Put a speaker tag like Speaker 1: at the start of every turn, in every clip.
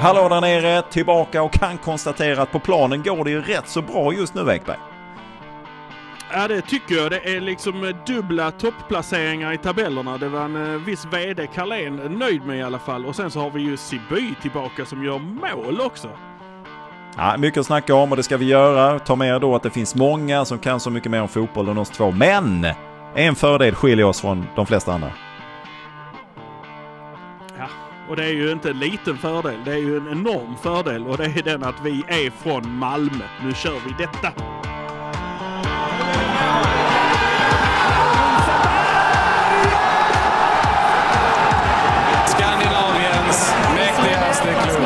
Speaker 1: Hallå där nere, tillbaka och kan konstatera att på planen går det ju rätt så bra just nu, Ekberg.
Speaker 2: Ja, det tycker jag. Det är liksom dubbla toppplaceringar i tabellerna. Det var en viss vd Carlén nöjd med i alla fall. Och sen så har vi ju Siby tillbaka som gör mål också.
Speaker 1: Ja, mycket att snacka om och det ska vi göra. Ta med då att det finns många som kan så mycket mer om fotboll än oss två. Men en fördel skiljer oss från de flesta andra.
Speaker 2: Ja, och det är ju inte en liten fördel. Det är ju en enorm fördel och det är den att vi är från Malmö. Nu kör vi detta.
Speaker 3: Skandinaviens mäktigaste klubb.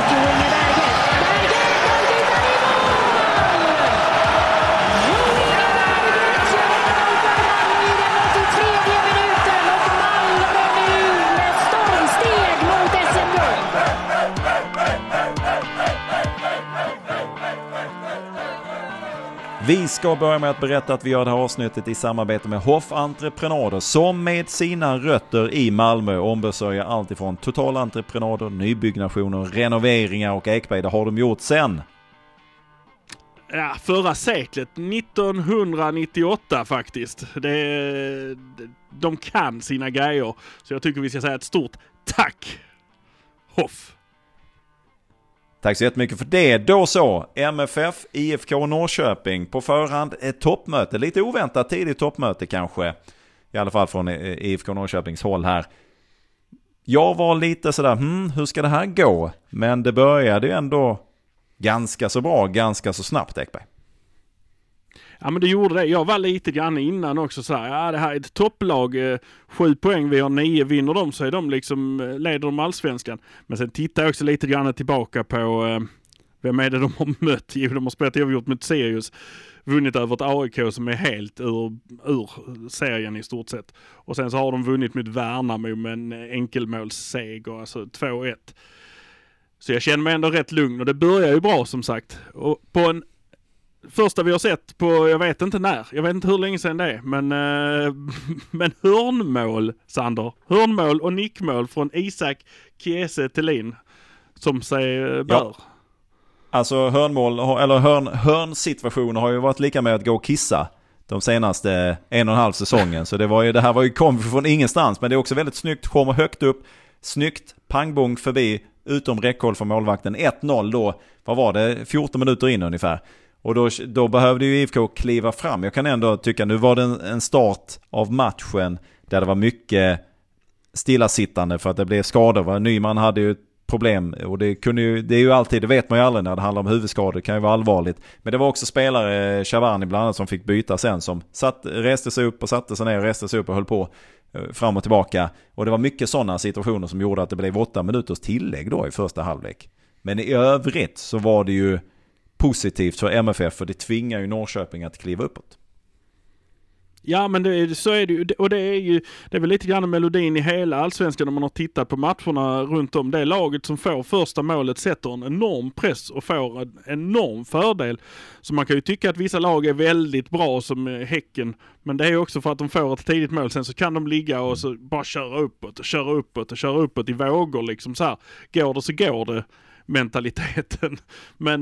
Speaker 1: Vi ska börja med att berätta att vi gör det här avsnittet i samarbete med Hoff Entreprenader som med sina rötter i Malmö ombesörjer allt ifrån totalentreprenader, nybyggnationer, renoveringar och Ekberg. Det har de gjort sen.
Speaker 2: Ja, förra seklet, 1998 faktiskt. De kan sina grejer. Så jag tycker vi ska säga ett stort tack, Hoff.
Speaker 1: Tack så jättemycket för det. Då så, MFF, IFK Norrköping på förhand ett toppmöte. Lite oväntat tidigt toppmöte kanske. I alla fall från IFK Norrköpings håll här. Jag var lite sådär, hur ska det här gå? Men det började ju ändå ganska så bra, ganska så snabbt, Ekberg.
Speaker 2: Ja, men det gjorde det. Jag var lite grann innan också så här, det här är ett topplag, 7 poäng, vi har 9, vinner de så är de liksom, leder de allsvenskan. Men sen tittar jag också lite grann tillbaka på vem är det de har mött. De har spelat avgjort mot Sirius, vunnit över ett AIK som är helt ur serien i stort sett. Och sen så har de vunnit mot Värnamo med en enkelmålsseger, alltså 2-1. Så jag känner mig ändå rätt lugn och det börjar ju bra som sagt. Och på en första vi har sett på, jag vet inte när, jag vet inte hur länge sedan det är, men hörnmål, Sander. Hörnmål och nickmål från Isak Kiese Thelin, som sig bör.
Speaker 1: Ja. Alltså hörnmål, eller hörnsituationer har ju varit lika med att gå och kissa de senaste 1,5 säsongen. Så det här var ju kom från ingenstans, men det är också väldigt snyggt, kommer högt upp, snyggt, pangbong förbi, utom räckhåll för målvakten. 1-0 då, vad var det, 14 minuter in ungefär. Och då behövde ju IFK kliva fram. Jag kan ändå tycka, nu var det en start av matchen där det var mycket stillasittande för att det blev skador. Nyman hade ju ett problem och det är ju alltid, det vet man ju aldrig när det handlar om huvudskador, det kan ju vara allvarligt. Men det var också spelare, Chavani bland annat, som fick byta sen, som reste sig upp och satte sig ner, reste sig upp och höll på fram och tillbaka. Och det var mycket sådana situationer som gjorde att det blev 8 minuters tillägg då i första halvlek. Men i övrigt så var det ju positivt för MFF, för det tvingar ju Norrköping att kliva uppåt.
Speaker 2: Ja, men så är det ju, och det är väl lite grann melodin i hela allsvenskan när man har tittat på matcherna runt om. Det laget som får första målet sätter en enorm press och får en enorm fördel. Så man kan ju tycka att vissa lag är väldigt bra som Häcken, men det är också för att de får ett tidigt mål, sen så kan de ligga och så bara köra uppåt i vågor liksom så här. Går det så går det, mentaliteten. Men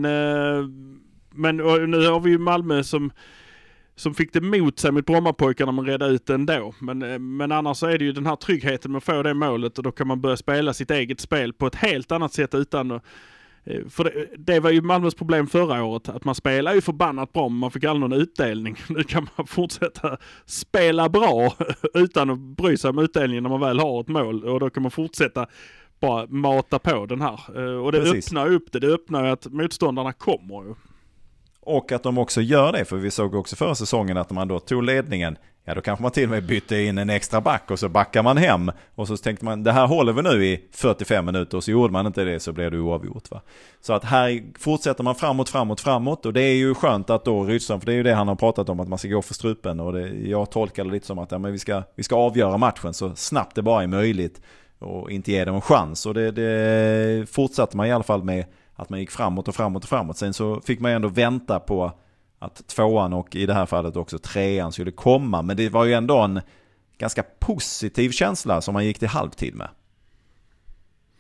Speaker 2: nu har vi ju Malmö som fick det mot sig mot Brommapojkarna, man redde ut den då. Men annars så är det ju den här tryggheten med att få det målet, och då kan man börja spela sitt eget spel på ett helt annat sätt utan. För det var ju Malmös problem förra året, att man spelar ju förbannat bra men man fick aldrig någon utdelning. Nu kan man fortsätta spela bra utan att bry sig om utdelningen när man väl har ett mål, och då kan man fortsätta bara mata på den här. Och det öppnar upp det öppnar ju att motståndarna kommer ju.
Speaker 1: Och att de också gör det, för vi såg också förra säsongen att när man då tog ledningen, ja då kanske man till och med bytte in en extra back och så backar man hem. Och så tänkte man, det här håller vi nu i 45 minuter, och så gjorde man inte det, så blev det oavgjort, va. Så att här fortsätter man framåt, och det är ju skönt att då Rydström, för det är ju det han har pratat om, att man ska gå för strupen, och jag tolkar det lite som att ja, men vi ska avgöra matchen så snabbt det bara är möjligt och inte ge dem en chans. Och det fortsatte man i alla fall med, att man gick framåt. Sen så fick man ändå vänta på att 2:an och i det här fallet också 3:an skulle komma. Men det var ju ändå en ganska positiv känsla som man gick till halvtid med.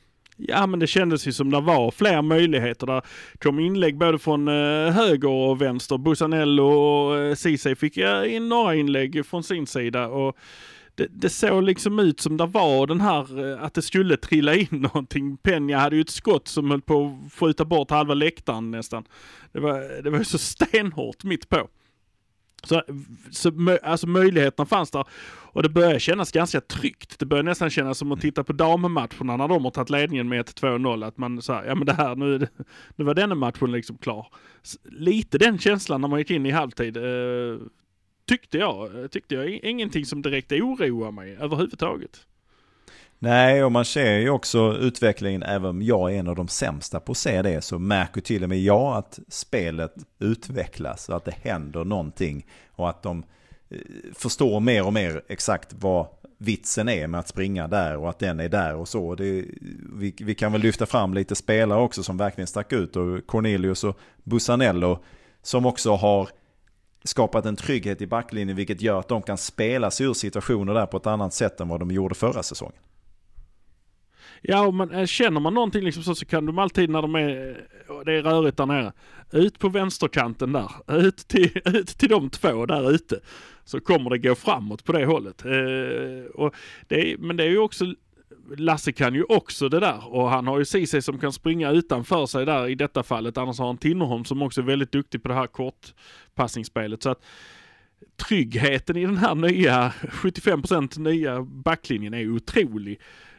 Speaker 2: Ja, men det kändes ju som det var fler möjligheter. Där kom inlägg både från höger och vänster. Bussanello och Ceesay fick in några inlägg från sin sida. Och det såg liksom ut som det var den här att det skulle trilla in någonting. Peña hade ju ett skott som höll på att skjuta bort halva läktaren nästan. Det var ju så stenhårt mitt på. Så alltså möjligheterna fanns där. Och det började kännas ganska tryggt. Det började nästan kännas som att titta på dammatcherna när de har tagit ledningen med 1-2-0. Att man sa, ja men det här, nu var denna matchen liksom klar. Lite den känslan när man gick in i halvtid tyckte jag ingenting som direkt oroar mig överhuvudtaget.
Speaker 1: Nej, och man ser ju också utvecklingen, även om jag är en av de sämsta på att se det, så märker till och med jag att spelet utvecklas och att det händer någonting och att de förstår mer och mer exakt vad vitsen är med att springa där och att den är där och så. Vi kan väl lyfta fram lite spelare också som verkligen stack ut, och Cornelius och Bussanello som också har skapat en trygghet i backlinjen, vilket gör att de kan spela sig ur situationer där på ett annat sätt än vad de gjorde förra säsongen.
Speaker 2: Ja, och känner man någonting liksom så kan de alltid när det är rörigt där nere, ut på vänsterkanten där, ut till de två där ute, så kommer det gå framåt på det hållet. Men det är ju också, Lasse kan ju också det där, och han har ju Ceesay som kan springa utanför sig där i detta fallet, annars har han Tinnerholm som också är väldigt duktig på det här kortpassningsspelet. Så att tryggheten i den här nya 75% nya backlinjen är otrolig.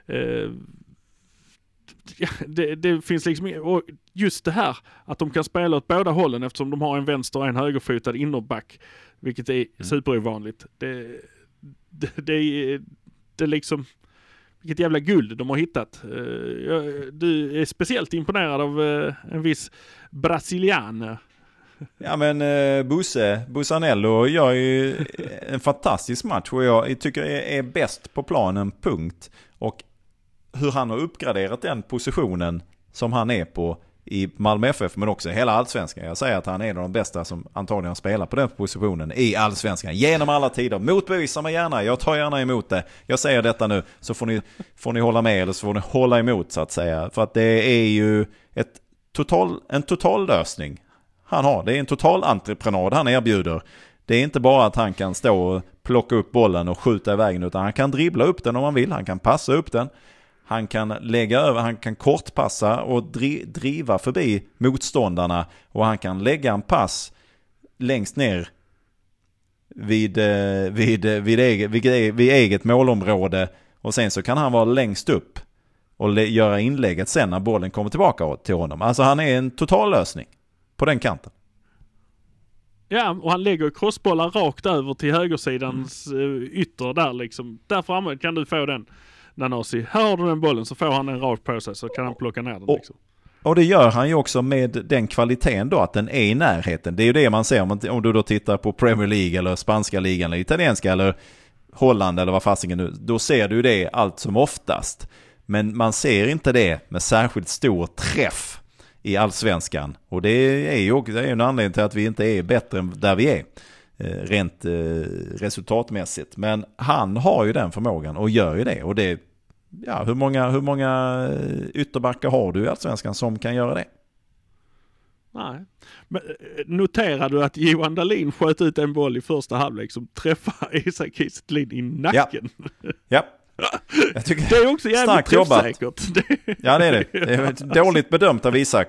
Speaker 2: Det finns liksom, och just det här att de kan spela åt båda hållen eftersom de har en vänster och en högerfotad innerback, vilket är superovanligt. Det är liksom vilket jävla guld de har hittat. Du är speciellt imponerad av en viss brasilian.
Speaker 1: Ja, men Bussanello gör ju en fantastisk match och jag tycker är bäst på planen, punkt. Och hur han har uppgraderat den positionen som han är på i Malmö FF, men också i hela Allsvenskan. Jag säger att han är en av de bästa som antagligen spelar på den positionen i Allsvenskan genom alla tider. Motbevisa mig gärna, jag tar gärna emot det. Jag säger detta nu, så får ni hålla med eller så får ni hålla emot, så att säga. För att det är ju en total lösning han har. Det är en total entreprenad han erbjuder. Det är inte bara att han kan stå och plocka upp bollen och skjuta iväg den, utan han kan dribbla upp den om han vill. Han kan passa upp den. Han kan lägga över, han kan kortpassa och driva förbi motståndarna, och han kan lägga en pass längst ner vid eget målområde, och sen så kan han vara längst upp och göra inlägget sen när bollen kommer tillbaka till honom. Alltså han är en total lösning på den kanten.
Speaker 2: Ja, och han lägger crossbollar rakt över till högersidans ytter där liksom. Där framme kan du få den. Nanasi, här har du den bollen, så får han en rakt på sig, så kan han plocka ner den liksom.
Speaker 1: Och det gör han ju också med den kvaliteten då, att den är i närheten. Det är ju det man ser om du då tittar på Premier League eller spanska ligan eller italienska eller Holland eller vad fasiken nu. Då ser du det allt som oftast. Men man ser inte det med särskilt stor träff i Allsvenskan. Och det är ju en anledning till att vi inte är bättre än där vi är. Rent resultatmässigt. Men han har ju den förmågan och gör ju det. Och det, ja, hur många ytterbackar har du i Allsvenskan som kan göra det?
Speaker 2: Nej. Men noterar du att Johan Dahlin sköt ut en boll i första halvlek som träffar Isak Kiese Thelin i nacken?
Speaker 1: Ja. Jag tycker
Speaker 2: det är också jävligt träffsäkert.
Speaker 1: Ja, det är det. Det är dåligt bedömt av Isak.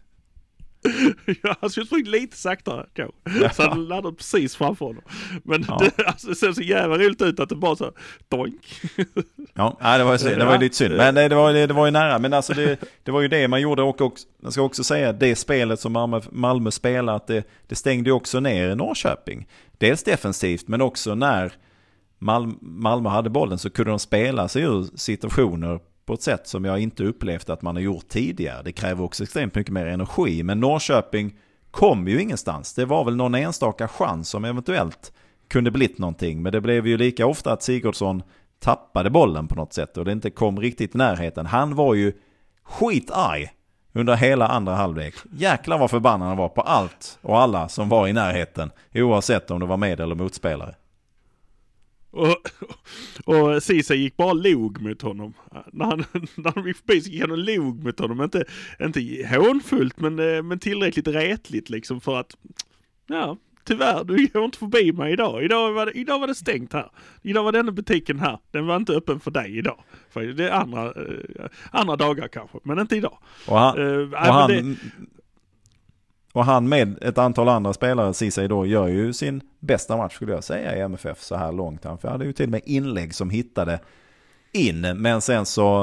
Speaker 2: Ja, han skulle springa lite saktare då. Ja. Så han laddade precis framför honom. Men det ser så jävla roligt ut att det bara så doink.
Speaker 1: Ja, det var ju lite synd. Men det var ju nära. Men alltså det var ju det man gjorde. Och jag ska också säga, det spelet som Malmö spelade, att det stängde ju också ner i Norrköping. Dels defensivt, men också när Malmö hade bollen så kunde de spela sig ur situationer på ett sätt som jag inte upplevt att man har gjort tidigare. Det kräver också extremt mycket mer energi. Men Norrköping kom ju ingenstans. Det var väl någon enstaka chans som eventuellt kunde blivit någonting. Men det blev ju lika ofta att Sigurdsson tappade bollen på något sätt och det inte kom riktigt i närheten. Han var ju skitarg under hela andra halvlek. Jäklar vad förbannad han var på allt och alla som var i närheten, oavsett om det var med eller motspelare.
Speaker 2: Och Ceesay gick bara log mot honom. När han gick förbi så gick han och log mot honom. Inte hånfullt men tillräckligt retligt liksom för att ja, tyvärr, du går inte förbi mig idag. Idag var det stängt här. Idag var denna butiken här. Den var inte öppen för dig idag. För det är andra dagar kanske, men inte idag.
Speaker 1: Och han med ett antal andra spelare, Ceesay då, gör ju sin bästa match skulle jag säga i MFF så här långt. Han hade ju till och med inlägg som hittade in, men sen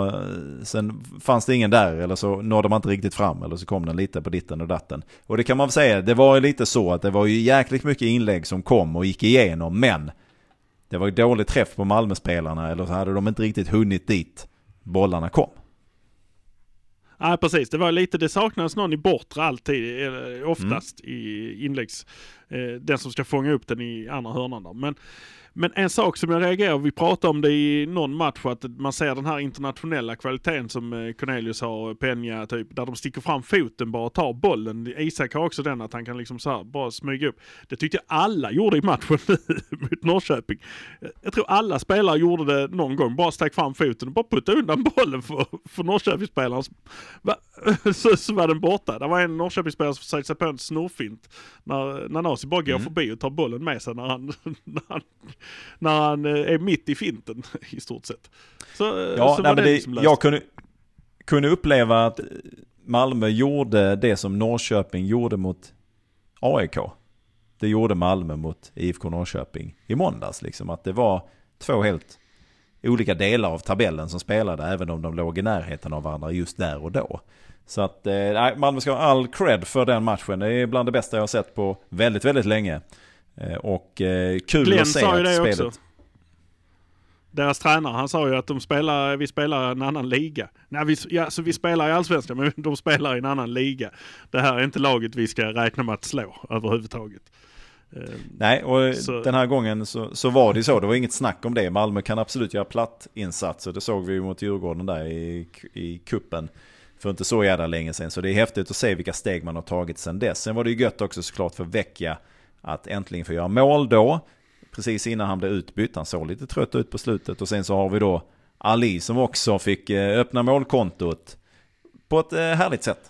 Speaker 1: fanns det ingen där, eller så nådde man inte riktigt fram, eller så kom den lite på ditten och datten. Och det kan man väl säga, det var ju lite så att det var ju jäkligt mycket inlägg som kom och gick igenom, men det var ju dålig träff på Malmö-spelarna, eller så hade de inte riktigt hunnit dit bollarna kom.
Speaker 2: Ja, precis. Det var lite, det saknades någon i bortre alltid, oftast i inläggs. Den som ska fånga upp den i andra hörnan där. Men en sak som jag reagerar, vi pratade om det i någon match, att man ser den här internationella kvaliteten som Cornelius har, Peña typ, där de sticker fram foten bara och tar bollen. Isak har också den att han kan liksom så här bara smyga upp. Det tyckte jag alla gjorde i matchen mot Norrköping. Jag tror alla spelare gjorde det någon gång, bara stack fram foten och bara puttade undan bollen för Norrköpingsspelaren. Så var den borta. Det var en Norrköpingsspelare som försökte sig på en snurrfint när Nasi bara går förbi och tar bollen med sig när han är mitt i finten i stort sett.
Speaker 1: Jag kunde uppleva att Malmö gjorde det som Norrköping gjorde mot AIK. Det gjorde Malmö mot IFK Norrköping i måndags. Liksom, att det var två helt olika delar av tabellen som spelade, även om de låg i närheten av varandra just där och då. Så att Malmö ska ha all cred för den matchen. Det är bland det bästa jag har sett på väldigt, väldigt länge. Och kul
Speaker 2: Glenn
Speaker 1: att se
Speaker 2: sa ju
Speaker 1: att
Speaker 2: det
Speaker 1: spelet...
Speaker 2: också. Deras tränare, han sa ju att vi spelar en annan liga. Nej, vi spelar i Allsvenskan, men de spelar i en annan liga. Det här är inte laget vi ska räkna med att slå överhuvudtaget.
Speaker 1: Nej, och den här gången så var det så. Det var inget snack om det. Malmö kan absolut göra platt insatser. Det såg vi mot Djurgården där i kuppen för inte så jävla länge sedan. Så det är häftigt att se vilka steg man har tagit sedan dess. Sen var det ju gött också såklart för Vecchia att äntligen få göra mål då. Precis innan han blev utbytt. Han såg lite trött ut på slutet. Och sen så har vi då Ali som också fick öppna målkontot på ett härligt sätt.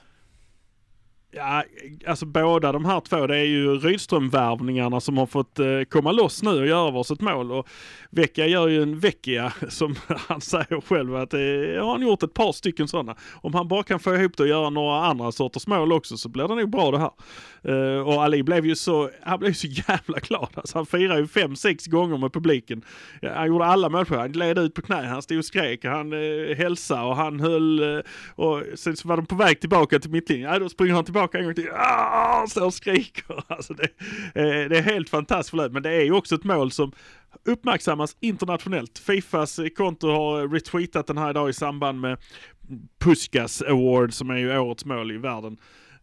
Speaker 2: Ja, alltså båda de här två, det är ju Rydström-värvningarna som har fått komma loss nu och göra varsitt mål. Och Vecchia gör ju en Vecchia, som han säger själv, att har han gjort ett par stycken sådana. Om han bara kan få ihop det och göra några andra sorters mål också, så blir det nog bra det här. Och Ali blev ju så jävla glad. Alltså, han firar ju 5-6 gånger med publiken. Han gjorde alla mål på. Han gled ut på knä, han stod och skrek, han hälsade och han höll, och sen så var de på väg tillbaka till mittlinjen. Ja, då springer han tillbaka en gång till. Så och skriker. Alltså det är helt fantastiskt. Men det är ju också ett mål som uppmärksammas internationellt. Fifas konto har retweetat den här idag i samband med Puskas Award, som är ju årets mål i världen.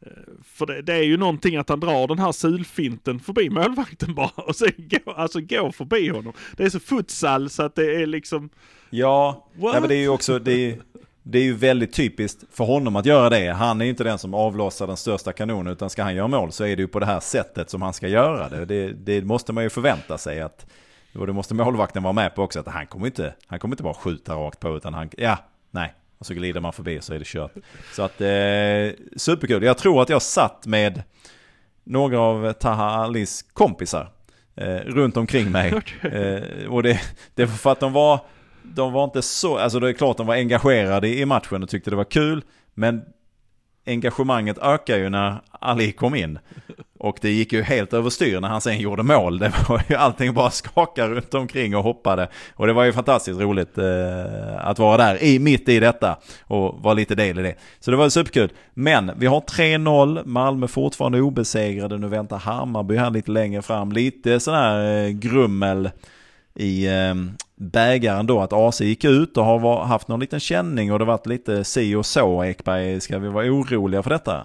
Speaker 2: För det är ju någonting att han drar den här sulfinten förbi målvakten bara och sen går förbi honom. Det är så futsal så att det är liksom... Ja,
Speaker 1: men det är ju också... Det är ju väldigt typiskt för honom att göra det. Han är inte den som avlossar den största kanonen, utan ska han göra mål så är det ju på det här sättet som han ska göra det. Det måste man ju förvänta sig att, och det måste målvakten vara med på också, att han kommer inte bara skjuta rakt på, utan och så glider man förbi så är det kört. Så att superkul. Jag tror att jag satt med några av Taha Alis kompisar runt omkring mig. Och det var för att de var inte så, alltså det är klart de var engagerade i matchen och tyckte det var kul, men engagemanget ökar ju när Ali kom in, och det gick ju helt överstyr när han sen gjorde mål. Det var ju allting bara skakade runt omkring och hoppade, och det var ju fantastiskt roligt att vara där mitt i detta och vara lite del i det. Så det var superkul. Men vi har 3-0, Malmö fortfarande obesegrade. Nu väntar Hammarby här lite längre fram, lite sån här grummel i bägaren då, att AC gick ut och har haft någon liten känning och det har varit lite si och så. Ekberg, ska vi vara oroliga för detta?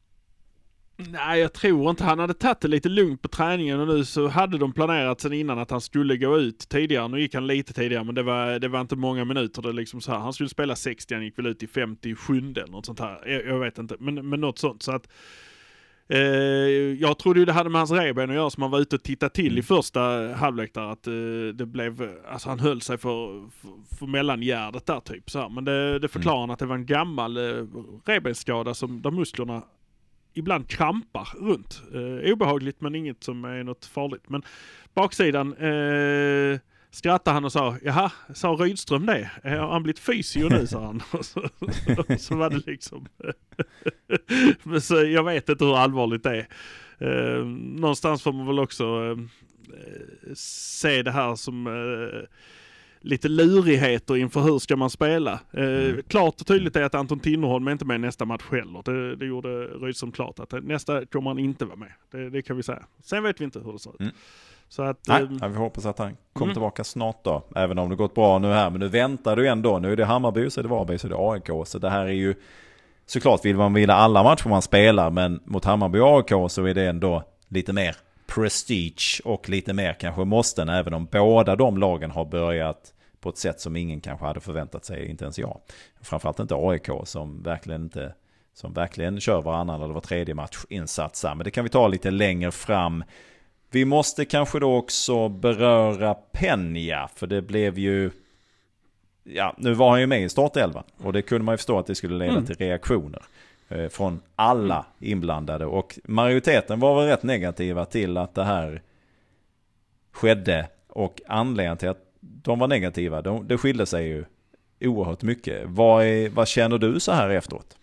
Speaker 2: Nej, jag tror inte. Han hade tagit det lite lugnt på träningen, och nu så hade de planerat sen innan att han skulle gå ut tidigare. Nu gick han lite tidigare, men det var inte många minuter. Det liksom så här. Han skulle spela 60, han gick väl ut i 57 eller något sånt här. Jag vet inte, men något sånt. Så att Jag trodde ju det hade med hans revben att göra som han var ute och tittade till i första halvlek där, att det blev, alltså han höll sig för mellangärdet där typ så här. Men det förklarar att det var en gammal revbensskada där musklerna ibland krampar runt. Obehagligt, men inget som är något farligt. Men baksidan skrattade han och sa, jaha, sa Rydström det? Har han blivit fysio nu, sa han. Så var det liksom. Så jag vet inte hur allvarligt det är. Någonstans får man väl också se det här som lite lurigheter inför hur ska man spela. Klart och tydligt är att Anton Tinnerholm är inte med nästa match heller. Det gjorde Rydström klart att nästa kommer han inte vara med. Det kan vi säga. Sen vet vi inte hur det ser ut. Så att,
Speaker 1: vi hoppas att han kommer tillbaka snart då. Även om det gått bra nu här. Men nu väntar du ändå. Nu är det Hammarby, så är det Varberg, så är det AIK. Så det här är ju såklart, vill man vinna alla matcher man spelar. Men mot Hammarby och AIK så är det ändå lite mer prestige och lite mer kanske måsten. Även om båda de lagen har börjat på ett sätt som ingen kanske hade förväntat sig, inte ens jag. Framförallt inte AIK som verkligen kör varannan eller var tredje matchinsatser. Men det kan vi ta lite längre fram. Vi måste kanske då också beröra Penja, för det blev ju, nu var han ju med i startelvan och det kunde man ju förstå att det skulle leda till reaktioner från alla inblandade, och majoriteten var väl rätt negativa till att det här skedde, och anledningen till att de var negativa, det skilde sig ju oerhört mycket. Vad känner du så här efteråt?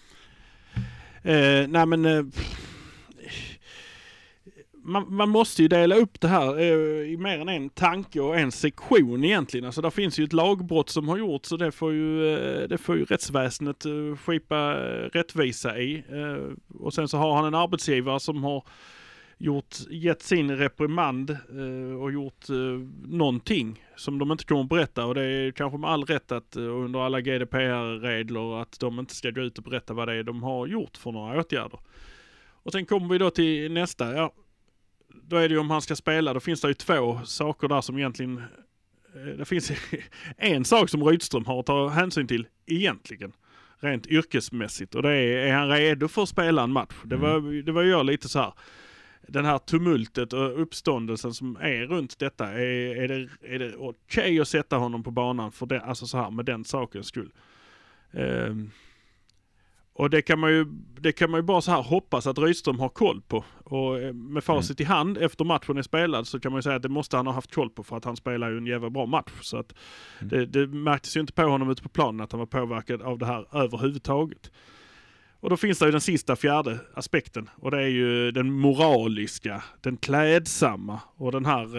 Speaker 2: Man måste ju dela upp det här i mer än en tanke och en sektion egentligen. Alltså där finns ju ett lagbrott som har gjort, så det får ju rättsväsendet skipa rättvisa i. Och sen så har han en arbetsgivare som har gett sin reprimand och gjort någonting som de inte kommer att berätta, och det är kanske med all rätt att under alla GDPR-regler att de inte ska gå ut och berätta vad det är de har gjort för några åtgärder. Och sen kommer vi då till nästa, då är det ju om han ska spela, då finns det ju två saker där som egentligen, det finns en sak som Rydström har att ta hänsyn till egentligen, rent yrkesmässigt, och det är han redo för att spela en match? Det var ju lite så här, den här tumultet och uppståndelsen som är runt detta, är det okej att sätta honom på banan för det, alltså så här med den sakens skull. Och det kan man ju bara så här hoppas att Rydström har koll på, och med facit i hand efter matchen är spelad så kan man ju säga att det måste han ha haft koll på, för att han spelar ju en jävla bra match, så att det märktes ju inte på honom ute på planen att han var påverkad av det här överhuvudtaget. Och då finns det ju den sista, fjärde aspekten, och det är ju den moraliska, den klädsamma och den här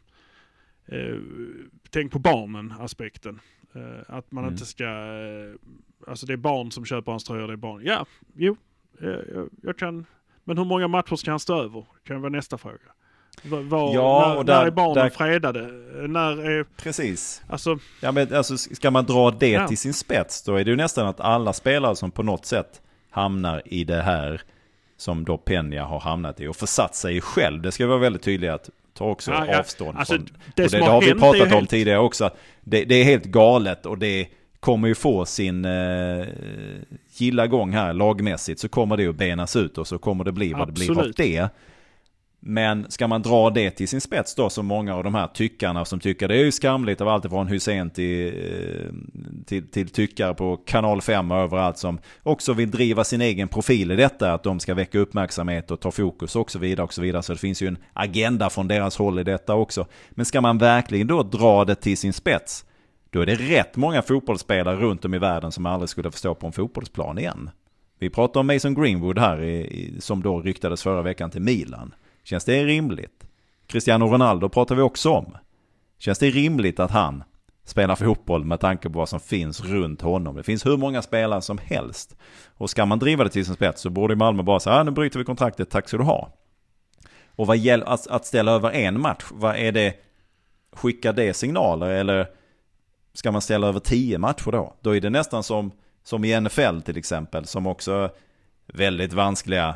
Speaker 2: tänk på barnen aspekten. Att man inte ska, alltså det är barn som köper hans tröjor, det är barn. Jag kan, men hur många matcher ska han stå över? Kan vara nästa fråga. När är barnen fredade?
Speaker 1: Precis.
Speaker 2: Alltså,
Speaker 1: ska man dra det till sin spets, då är det ju nästan att alla spelare som på något sätt hamnar i det här som då Penja har hamnat i och försatt sig själv. Det ska vara väldigt tydligt att ta också avstånd
Speaker 2: alltså,
Speaker 1: från. Det har vi pratat om tidigare också. Att det är helt galet, och det kommer ju få sin gilla gång här lagmässigt, så kommer det att benas ut och så kommer det bli vad det blir av det. Men ska man dra det till sin spets då, som många av de här tyckarna som tycker det är ju skamligt, av allt från Hussein till tyckare på Kanal 5 och överallt, som också vill driva sin egen profil i detta, att de ska väcka uppmärksamhet och ta fokus och så vidare och så vidare. Så det finns ju en agenda från deras håll i detta också. Men ska man verkligen då dra det till sin spets, då är det rätt många fotbollsspelare runt om i världen som aldrig skulle förstå på en fotbollsplan igen. Vi pratar om Mason Greenwood här som då ryktades förra veckan till Milan. Känns det rimligt? Cristiano Ronaldo pratar vi också om. Känns det rimligt att han spelar fotboll med tanke på vad som finns runt honom? Det finns hur många spelare som helst. Och ska man driva det till sin spets så borde Malmö bara säga nu bryter vi kontraktet, tack ska du ha. Och vad gäller att ställa över en match, vad är det? Skickar det signaler, eller ska man ställa över 10 matcher då? Då är det nästan som i NFL till exempel, som också väldigt vanskliga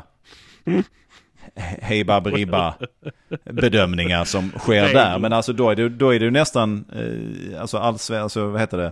Speaker 1: hejba-ribba bedömningar som sker där. Men alltså då är det ju nästan alltså vad heter det?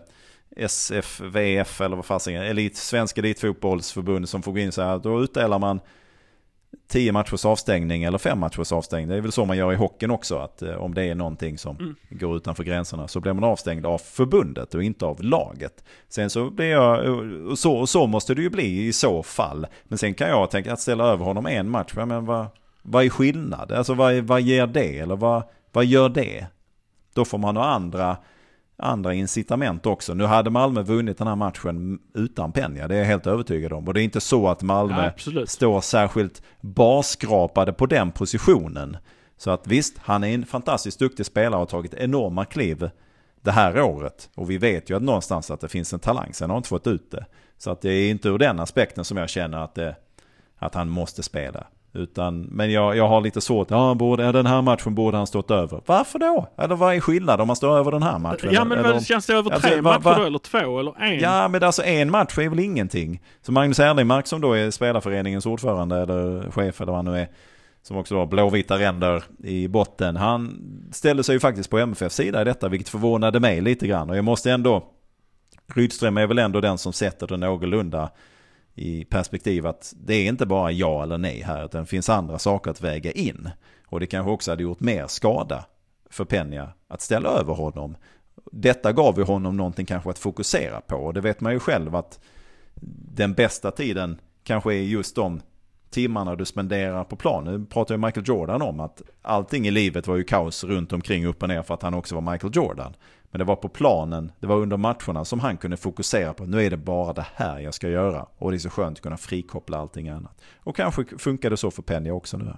Speaker 1: SFVF eller vad fasen är, Svenska Elitfotbollsförbund som får gå in så här, då utdelar man 10 matchers avstängning eller 5 matchers avstängning. Det är väl så man gör i hockeyn också, att om det är någonting som går utanför gränserna så blir man avstängd av förbundet och inte av laget. Sen så blir jag, så måste det ju bli i så fall. Men sen kan jag tänka att ställa över honom en match. Men vad är skillnad? Alltså vad ger det? Eller vad gör det? Då får man ha andra incitament också. Nu hade Malmö vunnit den här matchen utan Peña, det är jag helt övertygad om. Och det är inte så att Malmö står särskilt barskrapade på den positionen. Så att visst, han är en fantastiskt duktig spelare och har tagit enorma kliv det här året. Och vi vet ju att någonstans att det finns en talang, sen har han inte fått ut det. Så att det är inte ur den aspekten som jag känner att han måste spela. Men jag har lite svårt. Den här matchen borde han stått över. Varför då? Eller vad är skillnad om man står över den här matchen?
Speaker 2: Ja, men vad känns det över 3 matcher då? Eller 2 eller 1?
Speaker 1: Ja, men alltså en match är väl ingenting. Så Magnus Erlingmark som då är spelarföreningens ordförande eller chef eller vad han nu är, som också har blåvita ränder i botten. Han ställde sig ju faktiskt på MFFs sida i detta, vilket förvånade mig lite grann. Och jag måste ändå, Rydström är väl ändå den som sätter det någorlunda i perspektiv att det är inte bara ja eller nej här, utan det finns andra saker att väga in. Och det kanske också hade gjort mer skada för Peña att ställa över honom. Detta gav ju honom någonting kanske att fokusera på. Och det vet man ju själv att den bästa tiden kanske är just de timmarna du spenderar på plan. Nu pratar ju Michael Jordan om att allting i livet var ju kaos runt omkring, upp och ner, för att han också var Michael Jordan. Men det var på planen, det var under matcherna som han kunde fokusera på. Nu är det bara det här jag ska göra. Och det är så skönt att kunna frikoppla allting annat. Och kanske funkar det så för Peña också nu här.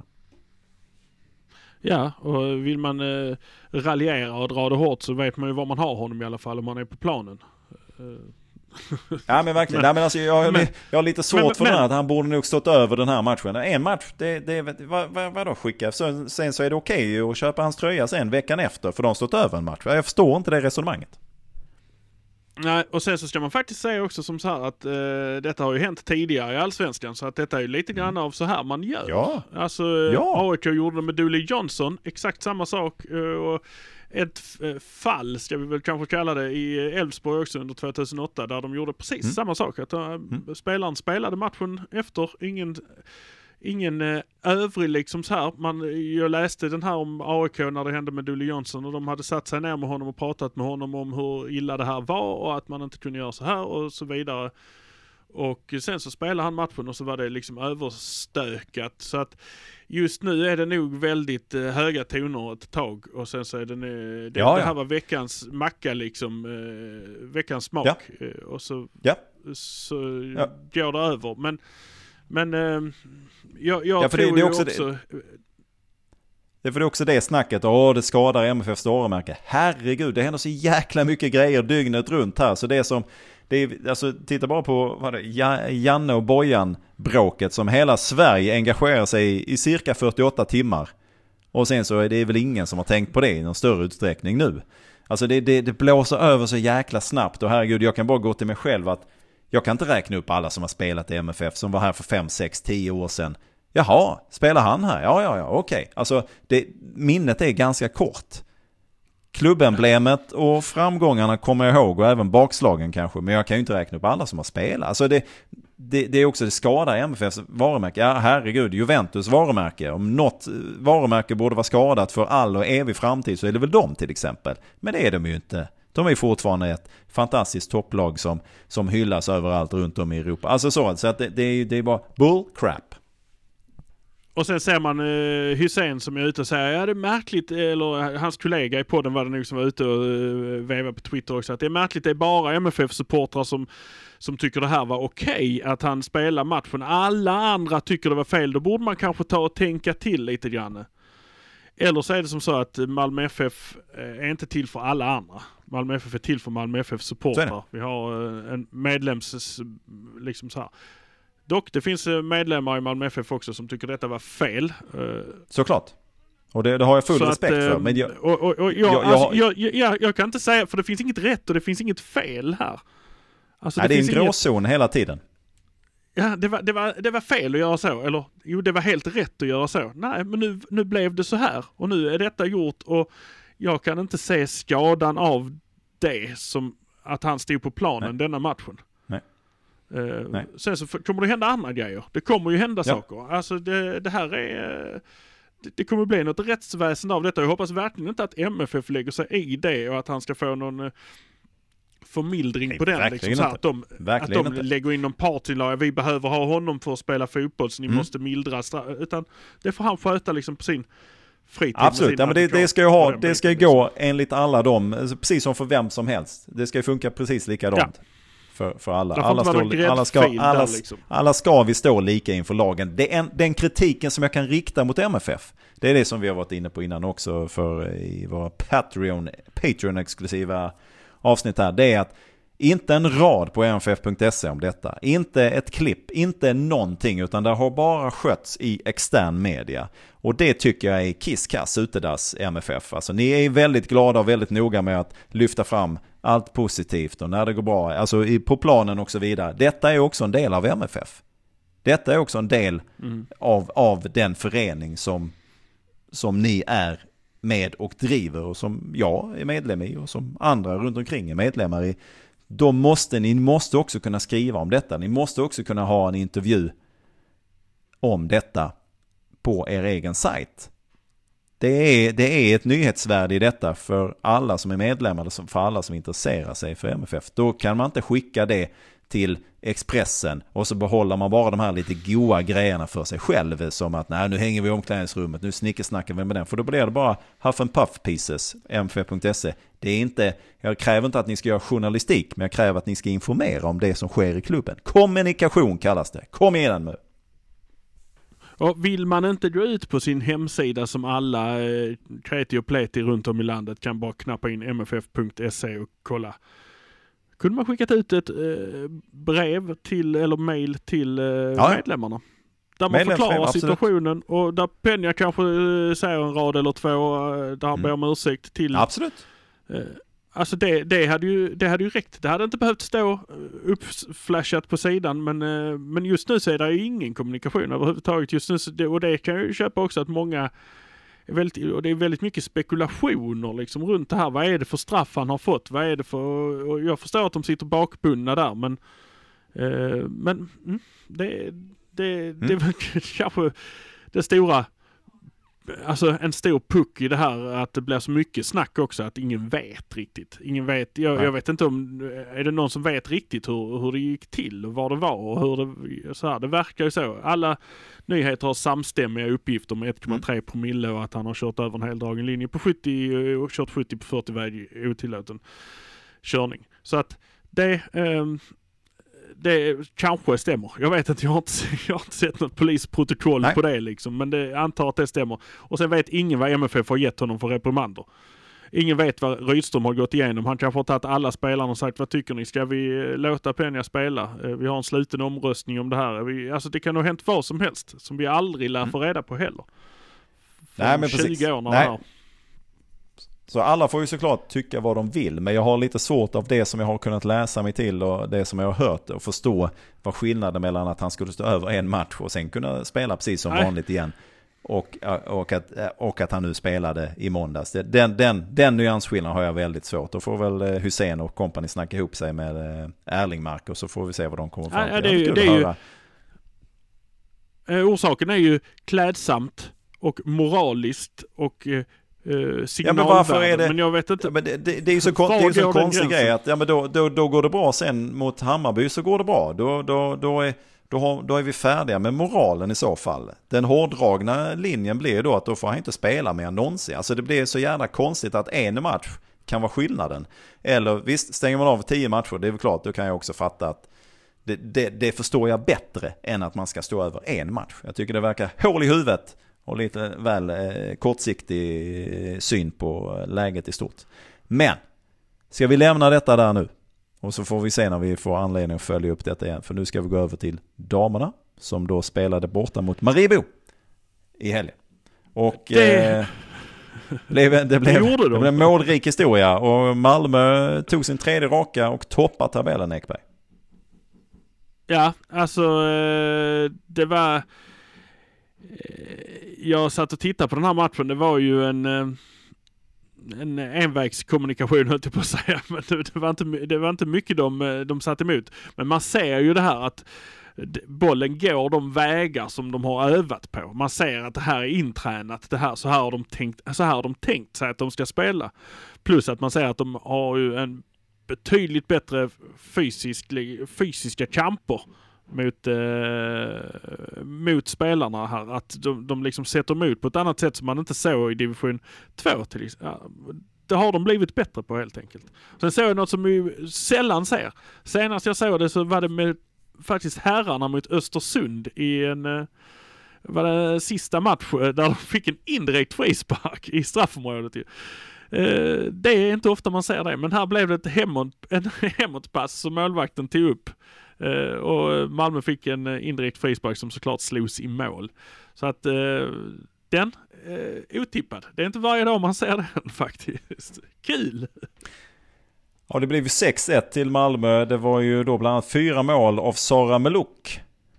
Speaker 2: Ja, och vill man raljera och dra det hårt så vet man ju var man har honom i alla fall om man är på planen.
Speaker 1: Ja, men verkligen. Nej, men alltså, jag har lite svårt för det här, att han borde nog stått över den här matchen. En match, vadå skicka? Sen så är det okej att köpa hans tröja sen veckan efter, för de stått över en match. Jag förstår inte det resonemanget.
Speaker 2: Nej, och sen så ska man faktiskt säga också som så här att detta har ju hänt tidigare i Allsvenskan, så att detta är ju lite grann av så här man gör.
Speaker 1: Ja.
Speaker 2: Alltså, AIK gjorde det med Dooley Johnson, exakt samma sak. Och ett fall, ska vi väl kanske kalla det, i Elfsborg också under 2008, där de gjorde precis samma sak. Att spelaren spelade matchen efter, ingen övrig liksom så här. Jag läste den här om AIK när det hände med Dooley Johnson, och de hade satt sig ner med honom och pratat med honom om hur illa det här var och att man inte kunde göra så här och så vidare. Och sen så spelade han matchen och så var det liksom överstökat. Så att just nu är det nog väldigt höga toner ett tag. Och sen så är det här var veckans macka liksom. Veckans smak. Ja. Och så går det över. Men jag tror det är också...
Speaker 1: Det är för det också det snacket. Det skadar MFFs varumärke. Herregud, det händer så jäkla mycket grejer dygnet runt här. Så det är som... alltså, titta bara på Janne och Bojan bråket som hela Sverige engagerar sig i cirka 48 timmar. Och sen så är det väl ingen som har tänkt på det i någon större utsträckning nu. Alltså det blåser över så jäkla snabbt. Och herregud, jag kan bara gå till mig själv att jag kan inte räkna upp alla som har spelat i MFF som var här för 5, 6, 10 år sedan. Jaha, spelar han här? Ja, okej. Alltså, minnet är ganska kort. Klubbemblemet och framgångarna kommer jag ihåg, och även bakslagen kanske, men jag kan ju inte räkna upp alla som har spelat. Alltså det är också, det skadar MFFs varumärke. Ja, herregud, Juventus varumärke. Om något varumärke borde vara skadat för all och evig framtid så är det väl de till exempel. Men det är de ju inte. De är ju fortfarande ett fantastiskt topplag som hyllas överallt runt om i Europa. Alltså så att det är bara bullcrap.
Speaker 2: Och sen ser man Hussein som är ute och säger det är märkligt, eller hans kollega i podden var det nog som var ute och vevade på Twitter också, att det är märkligt, det är bara MFF-supportrar som tycker det här var okej att han spelar matchen. Alla andra tycker det var fel, då borde man kanske ta och tänka till lite grann. Eller så är det som så att Malmö FF är inte till för alla andra. Malmö FF är till för Malmö FF-supportrar. Vi har en medlems liksom så här. Dock, det finns medlemmar i Malmö FF också som tycker detta var fel.
Speaker 1: Såklart. Och det har jag full respekt för. Men
Speaker 2: jag kan inte säga, för det finns inget rätt och det finns inget fel här. Alltså,
Speaker 1: det är en gråzon hela tiden.
Speaker 2: Ja, det var fel att göra så. Eller, jo, det var helt rätt att göra så. Nej, men nu blev det så här. Och nu är detta gjort. Och jag kan inte se skadan av det som att han stod på planen denna matchen. Sen så kommer det hända andra grejer. Det kommer ju hända saker. Alltså det här är... Det kommer bli något rättsväsen av detta. Jag hoppas verkligen inte att MFF lägger sig i det och att han ska få någon förmildring på den. Liksom, så att de lägger in någon partsinlaga. Vi behöver ha honom för att spela fotboll så ni måste mildra utan det får han sköta liksom på sin fritid.
Speaker 1: Absolut, men det ska ju gå enligt alla dem, precis som för vem som helst. Det ska ju funka precis likadant. För alla. Alla ska vi stå lika inför lagen. Den kritiken som jag kan rikta mot MFF, det är det som vi har varit inne på innan också i våra Patreon-exklusiva avsnitt här. Det är att inte en rad på mff.se om detta. Inte ett klipp, inte någonting, utan det har bara skötts i extern media. Och det tycker jag är kisskass utedass MFF. Alltså ni är väldigt glada och väldigt noga med att lyfta fram allt positivt och när det går bra, alltså på planen och så vidare. Detta är också en del av MFF. Detta är också en del av den förening som ni är med och driver och som jag är medlem i och som andra runt omkring är medlemmar i. Ni måste också kunna skriva om detta. Ni måste också kunna ha en intervju om detta på er egen sajt. Det är ett nyhetsvärde i detta för alla som är medlemmar, för alla som intresserar sig för MFF. Då kan man inte skicka det till Expressen och så behåller man bara de här lite goa grejerna för sig själv, som att nu hänger vi i omklädningsrummet, nu snickesnackar vi med den, för då blir det bara huff and puff pieces, mff.se. Det är inte, jag kräver inte att ni ska göra journalistik, men jag kräver att ni ska informera om det som sker i klubben. Kommunikation kallas det. Kom igen nu.
Speaker 2: Och vill man inte gå ut på sin hemsida som alla kreti och pleti runt om i landet kan bara knappa in mff.se och kolla. Kunde man skickat ut ett brev till eller mail till medlemmarna? Där man förklarar situationen och där Penja kanske säger en rad eller två där han ber om ursäkt till.
Speaker 1: Absolut.
Speaker 2: Alltså det hade ju räckt. Det hade inte behövt stå uppflashat på sidan, men just nu så är det ju ingen kommunikation överhuvudtaget just nu, och det kan jag ju köpa också att många och det är väldigt mycket spekulationer liksom runt det här. Vad är det för straff han har fått? Vad är det för, och jag förstår att de sitter bakbundna där, men det är väl kanske det stora, alltså en stor puck i det här, att det blir så mycket snack också att ingen vet riktigt. Ingen vet, jag vet inte om, är det någon som vet riktigt hur det gick till och vad det var och hur det så här, det verkar ju så. Alla nyheter har samstämmiga uppgifter med 1,3 promille och att han har kört över en heldragen linje på 70 och kört 70 på 40 väg otillåten körning. Så att det kanske stämmer. Jag vet att jag har inte sett något polisprotokoll på det liksom, men det antar att det stämmer. Och sen vet ingen vad MFF har gett honom för reprimander. Ingen vet vad Rydström har gått igenom. Han kanske har tagit alla spelarna och sagt, vad tycker ni? Ska vi låta Penja spela? Vi har en sluten omröstning om det här. Alltså det kan ha hänt vad som helst som vi aldrig lär få reda på heller.
Speaker 1: Nej, men
Speaker 2: 20
Speaker 1: precis.
Speaker 2: år när
Speaker 1: Så alla får ju såklart tycka vad de vill, men jag har lite svårt av det som jag har kunnat läsa mig till och det som jag har hört och förstå vad skillnaden mellan att han skulle stå över en match och sen kunna spela precis som vanligt igen och att han nu spelade i måndags. Den nyansskillnaden har jag väldigt svårt. Då får väl Hussein och company snacka ihop sig med Erlingmark och så får vi se vad de kommer fram till.
Speaker 2: Orsaken är ju klädsamt och moraliskt och
Speaker 1: ja, men varför är det?
Speaker 2: Men jag vet inte.
Speaker 1: Ja, men det är ju så konstig grej att men då går det bra sen mot Hammarby, så går det bra. Då är vi färdiga med moralen i så fall. Den hårdragna linjen blir då att då får han inte spela mer än någonsin. Alltså det blir så jävla konstigt att en match kan vara skillnaden. Eller visst, stänger man av 10 matcher, det är väl klart, då kan jag också fatta att det förstår jag bättre än att man ska stå över en match. Jag tycker det verkar hål i huvudet och lite väl kortsiktig syn på läget i stort. Men ska vi lämna detta där nu? Och så får vi se när vi får anledning att följa upp detta igen. För nu ska vi gå över till damerna som då spelade borta mot Maribo i helgen. Och det blev en målrik historia. Och Malmö tog sin 3:e raka och toppar tabellen, Ekberg.
Speaker 2: Ja, alltså det var... Jag satt och tittade på den här matchen. Det var ju en envägskommunikation, höll jag på att säga. Men det var inte mycket de satt emot. Men man ser ju det här att bollen går de vägar som de har övat på. Man ser att det här är intränat. Så här har de tänkt sig att de ska spela. Plus att man ser att de har ju en betydligt bättre fysiska kamper mot spelarna här. Att de liksom sätter emot på ett annat sätt som man inte såg i division 2 till exempel. Det har de blivit bättre på helt enkelt. Sen såg jag något som vi sällan ser. Senast jag såg det så var det med faktiskt herrarna mot Östersund i var det sista match där de fick en indirekt frispark i straffområdet. Det är inte ofta man ser det, men här blev det en hemåtpass som målvakten tog upp. Och Malmö fick en indirekt frispark som såklart slogs i mål. Så att den otippad. Det är inte varje dag man ser den faktiskt. Kul!
Speaker 1: Ja, det blev ju 6-1 till Malmö. Det var ju då bland annat 4 mål av Sara Meluk.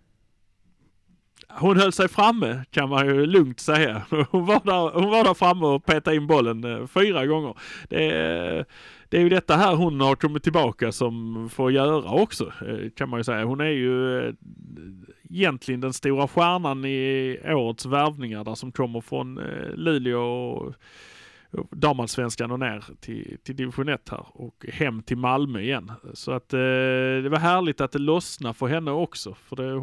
Speaker 2: Hon höll sig framme, kan man ju lugnt säga. Hon var där framme och petade in bollen 4 gånger. Det är ju detta här hon har kommit tillbaka som får göra också, kan man ju säga. Hon är ju egentligen den stora stjärnan i årets värvningar där som kommer från Luleå och damallsvenskan och ner till division 1 här och hem till Malmö igen. Så att det var härligt att det lossnar för henne också. För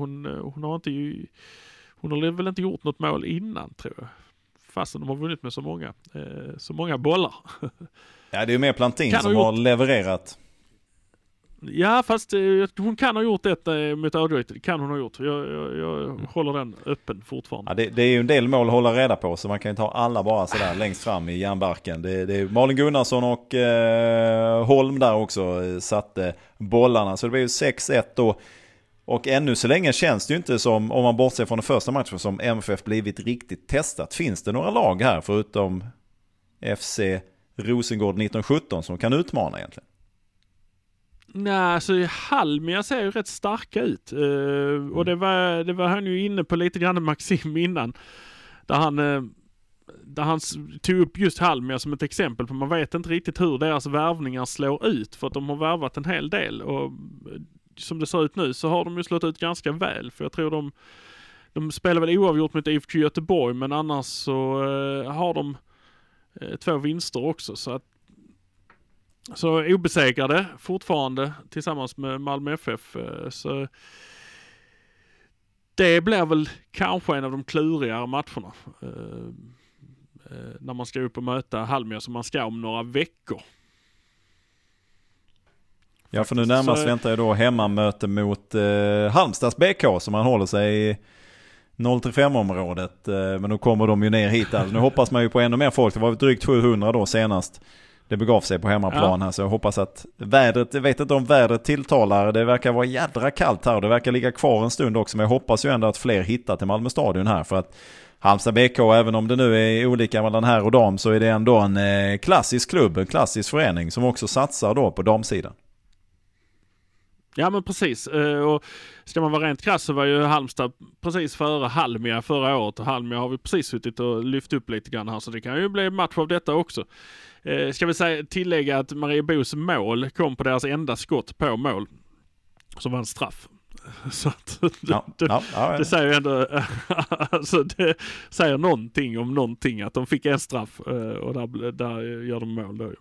Speaker 2: hon har väl inte gjort något mål innan, tror jag. Fastän de har vunnit med så många bollar.
Speaker 1: Ja, det är ju mer Plantin som har levererat.
Speaker 2: Ja, fast hon kan ha gjort det mot Örgryte. Det kan hon ha gjort. Jag håller den öppen fortfarande.
Speaker 1: Ja, det är ju en del mål att hålla reda på, så man kan ju ta alla bara sådär längst fram i järnbarken. Det är Malin Gunnarsson och Holm där också satte bollarna. Så det blir ju 6-1 då. Och ännu så länge känns det ju inte som, om man bortser från den första matchen, som MFF blivit riktigt testat. Finns det några lag här förutom FC Rosengård 1917 som kan utmana egentligen?
Speaker 2: Nej, alltså Halmia ser ju rätt starka ut. Och det var han ju inne på lite grann Maxim innan. Där han tog upp just Halmia som ett exempel på man vet inte riktigt hur deras värvningar slår ut. För att de har värvat en hel del. Och som det ser ut nu så har de ju slått ut ganska väl. För jag tror de spelar väl oavgjort mot IFK Göteborg. Men annars så har de 2 vinster också. Så obesegrade fortfarande tillsammans med Malmö FF. Så det blir väl kanske en av de klurigare matcherna. När man ska upp och möta Halmia som man ska om några veckor.
Speaker 1: Ja, för nu närmast väntar jag då hemmamöte mot Halmstads BK som man håller sig i 035-området. Men då kommer de ju ner hit. Alltså, nu hoppas man ju på ännu mer folk. Det var drygt 700 då senast. Det begav sig på hemmaplan här, så jag hoppas att vädret, jag vet inte om vädret tilltalar, det verkar vara jädra kallt här och det verkar ligga kvar en stund också, men jag hoppas ju ändå att fler hittar till Malmö stadion här, för att Halmstad BK, även om det nu är olika mellan här och dam, så är det ändå en klassisk klubb, en klassisk förening som också satsar då på damsidan.
Speaker 2: Ja, men precis. Och ska man vara rent krass så var ju Halmstad precis före Halmia förra året, och Halmia har vi precis suttit och lyft upp lite grann här, så det kan ju bli match av detta också. Ska vi tillägga att Mariebos mål kom på deras enda skott på mål, som var en straff. Så att det säger ju ändå alltså det säger någonting om någonting, att de fick en straff och där gör de mål då.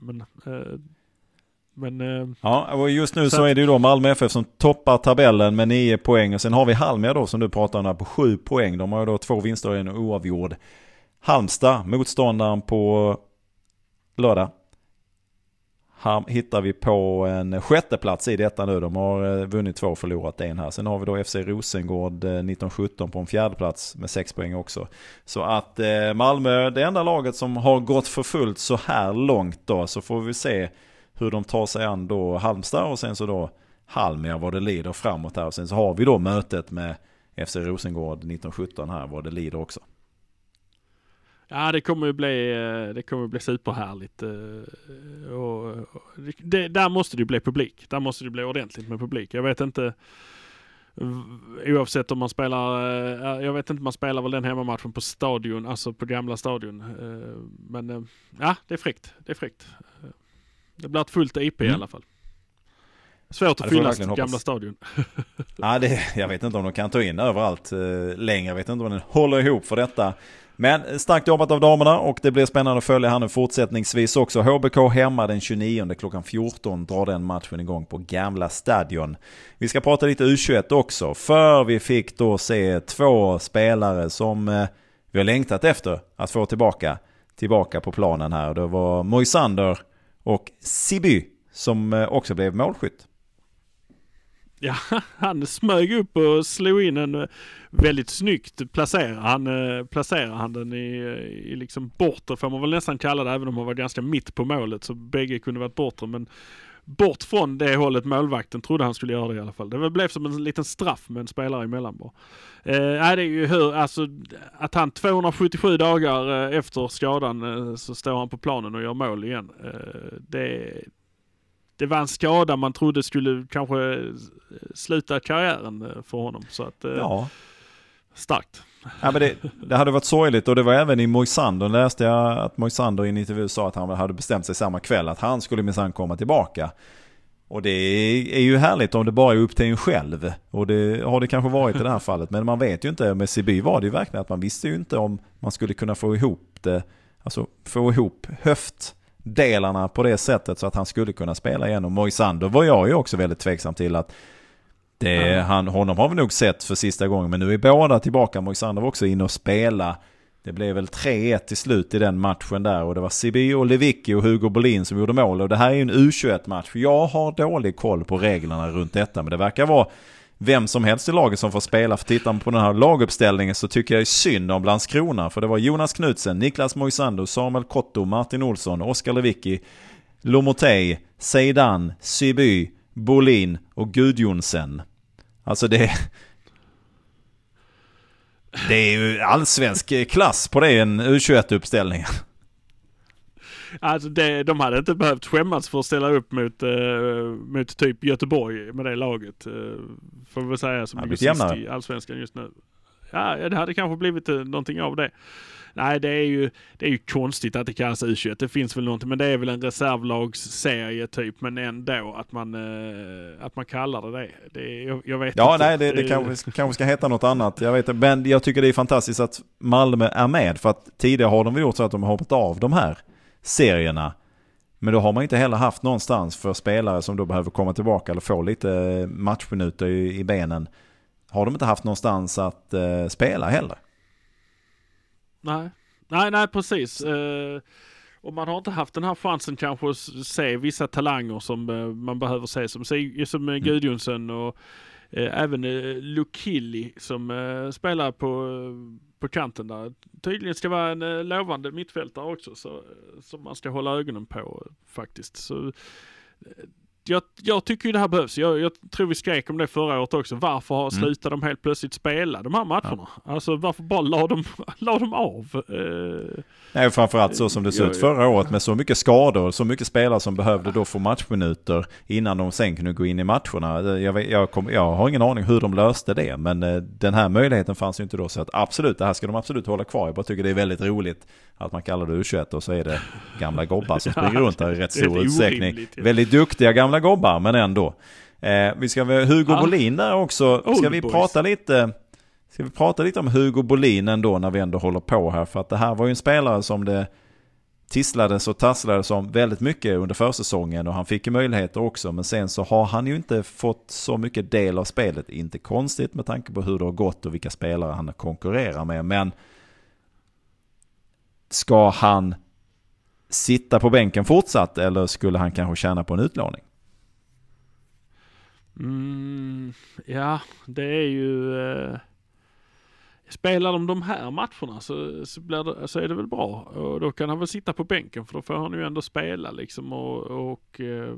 Speaker 2: Men
Speaker 1: ja, och just nu så är det ju då Malmö FF som toppar tabellen med 9 poäng, och sen har vi Halmia då som du pratar om här på 7 poäng. De har ju då 2 vinster och en oavgjord. Halmstad, motståndaren på lördag, hittar vi på en 6:e plats i detta nu. De har vunnit 2 och förlorat 1 här. Sen har vi då FC Rosengård 1917 på en 4:e plats med 6 poäng också. Så att Malmö, det enda laget som har gått för fullt så här långt då, så får vi se hur de tar sig an då Halmstad och sen så då Halmia vad det lider framåt här. Och sen så har vi då mötet med FC Rosengård 1917 här vad det lider också.
Speaker 2: Ja, det kommer ju bli superhärligt. Och där måste det bli publik. Där måste det bli ordentligt med publik. Jag vet inte Oavsett om man spelar, jag vet inte, man spelar väl den hemmamatchen på stadion, alltså på gamla stadion. Men ja, det är fräckt. Det blir ett fullt IP i alla fall. Svårt att fylla gamla stadion.
Speaker 1: Ja, jag vet inte om de kan ta in överallt längre. Jag vet inte om den håller ihop för detta. Men starkt jobbat av damerna och det blir spännande att följa här nu fortsättningsvis också. HBK hemma den 29 klockan 14 drar den matchen igång på gamla stadion. Vi ska prata lite U21 också, för vi fick då se 2 spelare som vi har längtat efter att få tillbaka på planen här. Det var Moisander och Siby som också blev målskytt.
Speaker 2: Ja, han smög upp och slog in en väldigt snyggt placerar han den i liksom bortre, får man väl nästan kalla det, även om han var ganska mitt på målet så bägge kunde varit bortre, men bort från det hållet målvakten trodde han skulle göra det i alla fall. Det blev som en liten straff med en spelare emellan bara. Det är ju alltså att han 277 dagar efter skadan så står han på planen och gör mål igen. Det var en skada man trodde skulle kanske sluta karriären för honom. Så att,
Speaker 1: ja.
Speaker 2: Starkt.
Speaker 1: Ja, men det hade varit sorgligt, och det var även i Moisander. Läste jag att Moisander i en intervju sa att han hade bestämt sig samma kväll att han skulle minsann komma tillbaka. Och det är ju härligt om det bara är upp till en själv. Och det har det kanske varit i det här fallet. Men man vet ju inte, med Siby var det ju verkligen att man visste ju inte om man skulle kunna få ihop det. Alltså få ihop höftdelarna på det sättet så att han skulle kunna spela igen. Och Moisander var jag ju också väldigt tveksam till att honom har vi nog sett för sista gången, men nu är båda tillbaka. Moisander var också inne och spela. Det blev väl 3-1 till slut i den matchen där, och det var Siby och Lewicki och Hugo Bolin som gjorde mål, och det här är ju en U21-match. Jag har dålig koll på reglerna runt detta, men det verkar vara vem som helst i laget som får spela. För tittar man på den här laguppställningen så tycker jag är synd om Landskrona, för det var Jonas Knudsen, Niklas Moisander, Samuel Kotto, Martin Olsson, Oskar Lewicki, Lomotey, Seidan, Siby, Bolin och Gudjonsen. Alltså det är ju allsvensk klass på det, en U21-uppställning.
Speaker 2: Alltså de hade inte behövt skämmas för att ställa upp mot typ Göteborg med det laget. Får vi väl säga, som ligger sist i allsvenskan just nu. Ja, det hade kanske blivit någonting av det. Nej, det är ju konstigt att det kallas U21. Det finns väl någonting, men det är väl en reservlagsserie typ, men ändå att man kallar det. Jag vet inte.
Speaker 1: Ja, nej, det kanske ska heta något annat. Jag vet, men jag tycker det är fantastiskt att Malmö är med, för att tidigare har de gjort så att de har hoppat av de här serierna. Men då har man inte heller haft någonstans för spelare som då behöver komma tillbaka eller få lite matchminuter i benen. Har de inte haft någonstans att spela heller.
Speaker 2: Nej, precis. Och man har inte haft den här chansen kanske att se vissa talanger som man behöver se, som Gudjonsen och även Lukili som spelar på kanten där. Tydligen ska vara en lovande mittfältare också, som man ska hålla ögonen på faktiskt. Så jag tycker ju det här behövs. Jag tror vi skrek om det förra året också. Varför slutar de helt plötsligt spela de här matcherna? Ja. Alltså varför bara la de av?
Speaker 1: Nej, framförallt så som det såg ut förra året med så mycket skador, så mycket spelare som behövde då få matchminuter innan de sen kunde gå in i matcherna. Jag har ingen aning hur de löste det, men den här möjligheten fanns ju inte då, så att absolut, det här ska de absolut hålla kvar. Jag bara tycker det är väldigt roligt att man kallar det U21 och så är det gamla gobbar som springer runt där i rätt stor utsträckning. Väldigt duktiga gamla gobbar, men ändå. Vi ska väl Hugo Bolin där också. Ska vi prata lite om Hugo Bolin ändå när vi ändå håller på här, för att det här var ju en spelare som det tisslades och tasslades om väldigt mycket under försäsongen, och han fick ju möjligheter också, men sen så har han ju inte fått så mycket del av spelet. Inte konstigt med tanke på hur det har gått och vilka spelare han konkurrerar med, men ska han sitta på bänken fortsatt, eller skulle han kanske tjäna på en utlåning?
Speaker 2: Ja, det är ju spelar de här matcherna så är det väl bra, och då kan han väl sitta på bänken, för då får han ju ändå spela liksom, och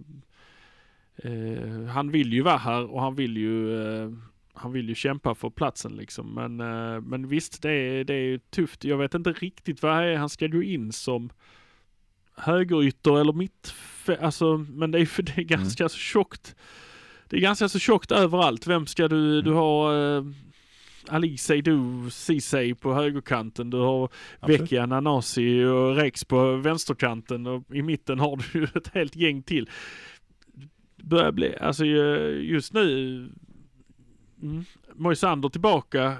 Speaker 2: han vill ju vara här och han vill ju kämpa för platsen liksom, men visst, det är ju tufft. Jag vet inte riktigt vad han ska gå in som högerytter eller mitt, alltså, men det är ganska så tjockt. det är ganska så tjockt överallt. Vem ska du har Ali Seydou Ceesay på högerkanten. Du har Vecchia, Nanasi och Rex på vänsterkanten. Och i mitten har du ju ett helt gäng till. Börjar bli, alltså just nu Moisander tillbaka,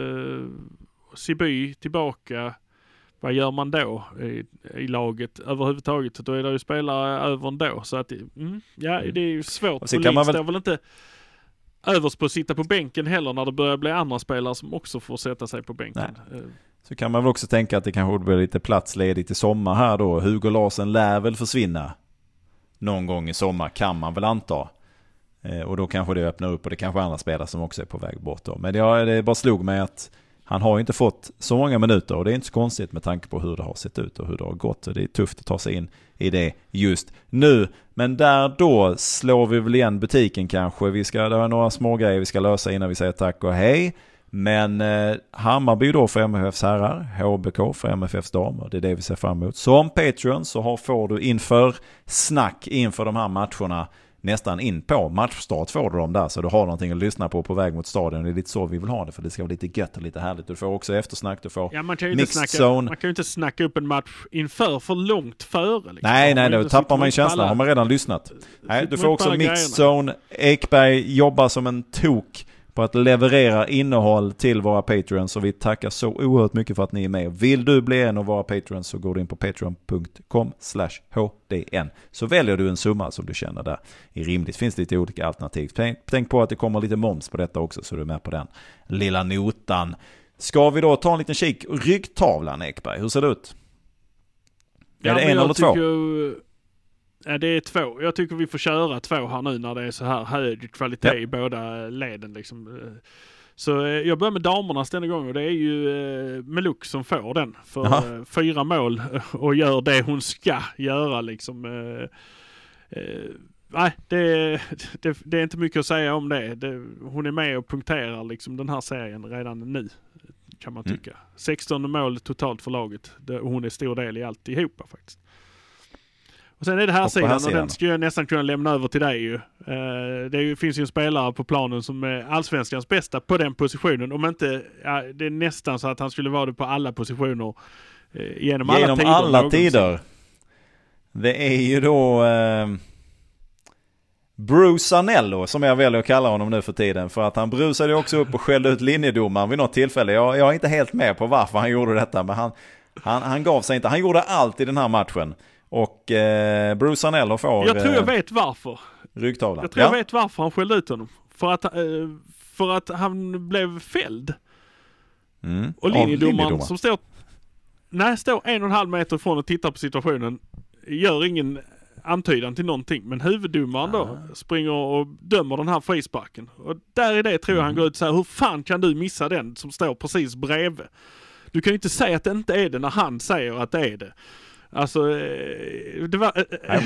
Speaker 2: Siby tillbaka. Vad gör man då i laget överhuvudtaget? Då är det ju spelare över ändå. Så att, det är ju svårt. Och Lins står väl inte överst på att sitta på bänken heller när det börjar bli andra spelare som också får sätta sig på bänken. Nej.
Speaker 1: Så kan man väl också tänka att det kanske blir lite platsledigt i sommar här då. Hugo Larsen lär väl försvinna någon gång i sommar, kan man väl anta. Och då kanske det öppnar upp och det kanske andra spelare som också är på väg bort då. Men det bara slog mig att han har ju inte fått så många minuter och det är inte så konstigt med tanke på hur det har sett ut och hur det har gått. Och det är tufft att ta sig in i det just nu. Men där då slår vi väl igen butiken kanske. Det är några små grejer vi ska lösa innan vi säger tack och hej. Men Hammarby då för MFFs herrar, HBK för MFFs damer. Det är det vi ser fram emot. Som Patreon så får du inför de här matcherna nästan in på matchstart får du dem där, så du har någonting att lyssna på väg mot stadion. Det är lite så vi vill ha det, för det ska vara lite gött och lite härligt. Du får också eftersnack, du får
Speaker 2: man kan ju inte snacka upp en match inför för långt före. Liksom.
Speaker 1: Nej, då tappar man känslan. Har man redan lyssnat. Nej, du får också mixed zone. Ekberg jobbar som en tok på att leverera innehåll till våra Patreons, så vi tackar så oerhört mycket för att ni är med. Vill du bli en av våra Patreons så går du in på patreon.com/hdn, så väljer du en summa som du känner där är rimligt. Finns lite olika alternativ. Tänk på att det kommer lite moms på detta också, så du är med på den lilla notan. Ska vi då ta en liten kik? Ryggtavlan, Ekberg, hur ser det ut? Är det en eller två?
Speaker 2: Ja, det är 2. Jag tycker vi får köra 2 här nu när det är så här hög kvalitet i båda leden. Liksom. Så jag börjar med damernas denna gång, och det är ju Meluk som får den. För 4 mål och gör det hon ska göra. Liksom. Nej, det är inte mycket att säga om det. Hon är med och punkterar liksom den här serien redan nu, kan man tycka. 16 mål totalt för laget. Hon är stor del i alltihopa faktiskt. Och sen är det här sidan, och den skulle jag nästan kunna lämna över till dig ju. Det finns ju en spelare på planen som är allsvenskans bästa på den positionen. Om inte, det är nästan så att han skulle vara det på alla positioner genom alla tider.
Speaker 1: Det är ju då Bruce Anello, som jag väljer att kalla honom nu för tiden. För att han brusade också upp och skällde ut linjedomaren vid något tillfälle. Jag är inte helt med på varför han gjorde detta, men han gav sig inte. Han gjorde allt i den här matchen. Och Bruce Anello får...
Speaker 2: Jag tror jag vet varför.
Speaker 1: Ryggtavlan.
Speaker 2: Jag tror jag vet varför han skällde ut honom. För att han blev fälld. Och linjedomaren som står 1,5 meter ifrån och tittar på situationen gör ingen antydan till någonting. Men huvuddomaren då springer och dömer den här frisparken. Och där i det tror jag han går ut så här: hur fan kan du missa den som står precis bredvid? Du kan ju inte säga att det inte är det när han säger att det är det. Alltså, det var...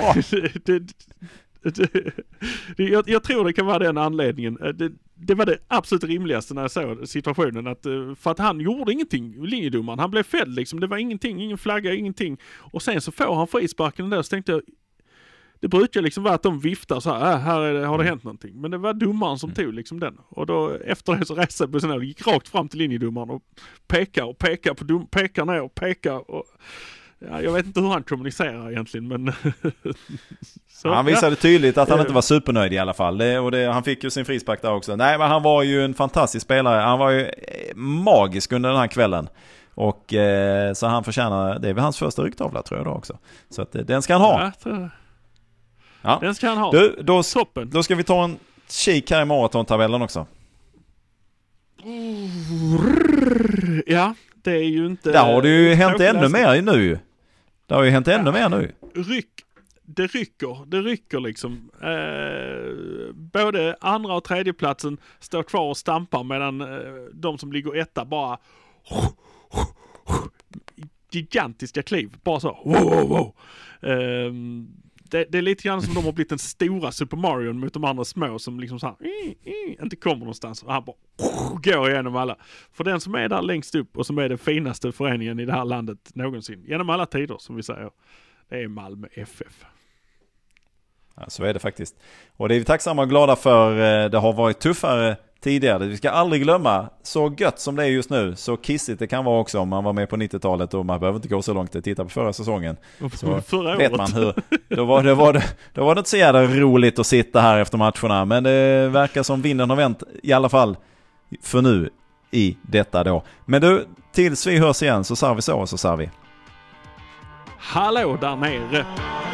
Speaker 2: jag tror det kan vara den anledningen. Det var det absolut rimligaste när jag såg situationen. För att han gjorde ingenting, linjedomaren. Han blev fälld liksom. Det var ingenting, ingen flagga, ingenting. Och sen så får han frisparken där, så tänkte jag... Det brukar liksom vara att de viftar så här, har det hänt någonting. Men det var domaren som tog liksom den. Och då efter det så reste bussen och gick rakt fram till linjedomaren och pekar ner och pekar och... Ja, jag vet inte hur han kommunicerar egentligen, men... så,
Speaker 1: han visade tydligt att han inte var supernöjd i alla fall. Han fick ju sin frispark där också. Nej, men han var ju en fantastisk spelare. Han var ju magisk under den här kvällen. Och så han förtjänar... Det är väl hans första ryggtavla, tror jag då också. Så att den ska han ha.
Speaker 2: Ja. Den ska han ha.
Speaker 1: Då ska vi ta en kik här i maratontabellen också.
Speaker 2: Ja, det är ju inte...
Speaker 1: Där har det ju hänt ännu mer nu. Det har ju hänt ännu mer nu.
Speaker 2: Det rycker liksom. Både andra och tredje platsen står kvar och stampar, medan de som ligger etta bara gigantiska kliv. Bara så. Wow. Det är lite grann som de har blivit en stora Super Mario mot de andra små som liksom så här, inte kommer någonstans. Och han bara går igenom alla. För den som är där längst upp och som är den finaste föreningen i det här landet någonsin, genom alla tider som vi säger, det är Malmö FF.
Speaker 1: Ja, så är det faktiskt. Och det är vi tacksamma och glada för. Det har varit tuffare tidigare. Vi ska aldrig glömma, så gött som det är just nu, så kissigt det kan vara också om man var med på 90-talet och man behöver inte gå så långt att titta på förra säsongen. Så
Speaker 2: förra
Speaker 1: vet
Speaker 2: året.
Speaker 1: man hur. Då var det inte så jävla roligt att sitta här efter matcherna, men det verkar som vinden har vänt i alla fall för nu i detta då. Men du, tills vi hörs igen så sa vi så, så sa vi.
Speaker 2: Hallå där nere!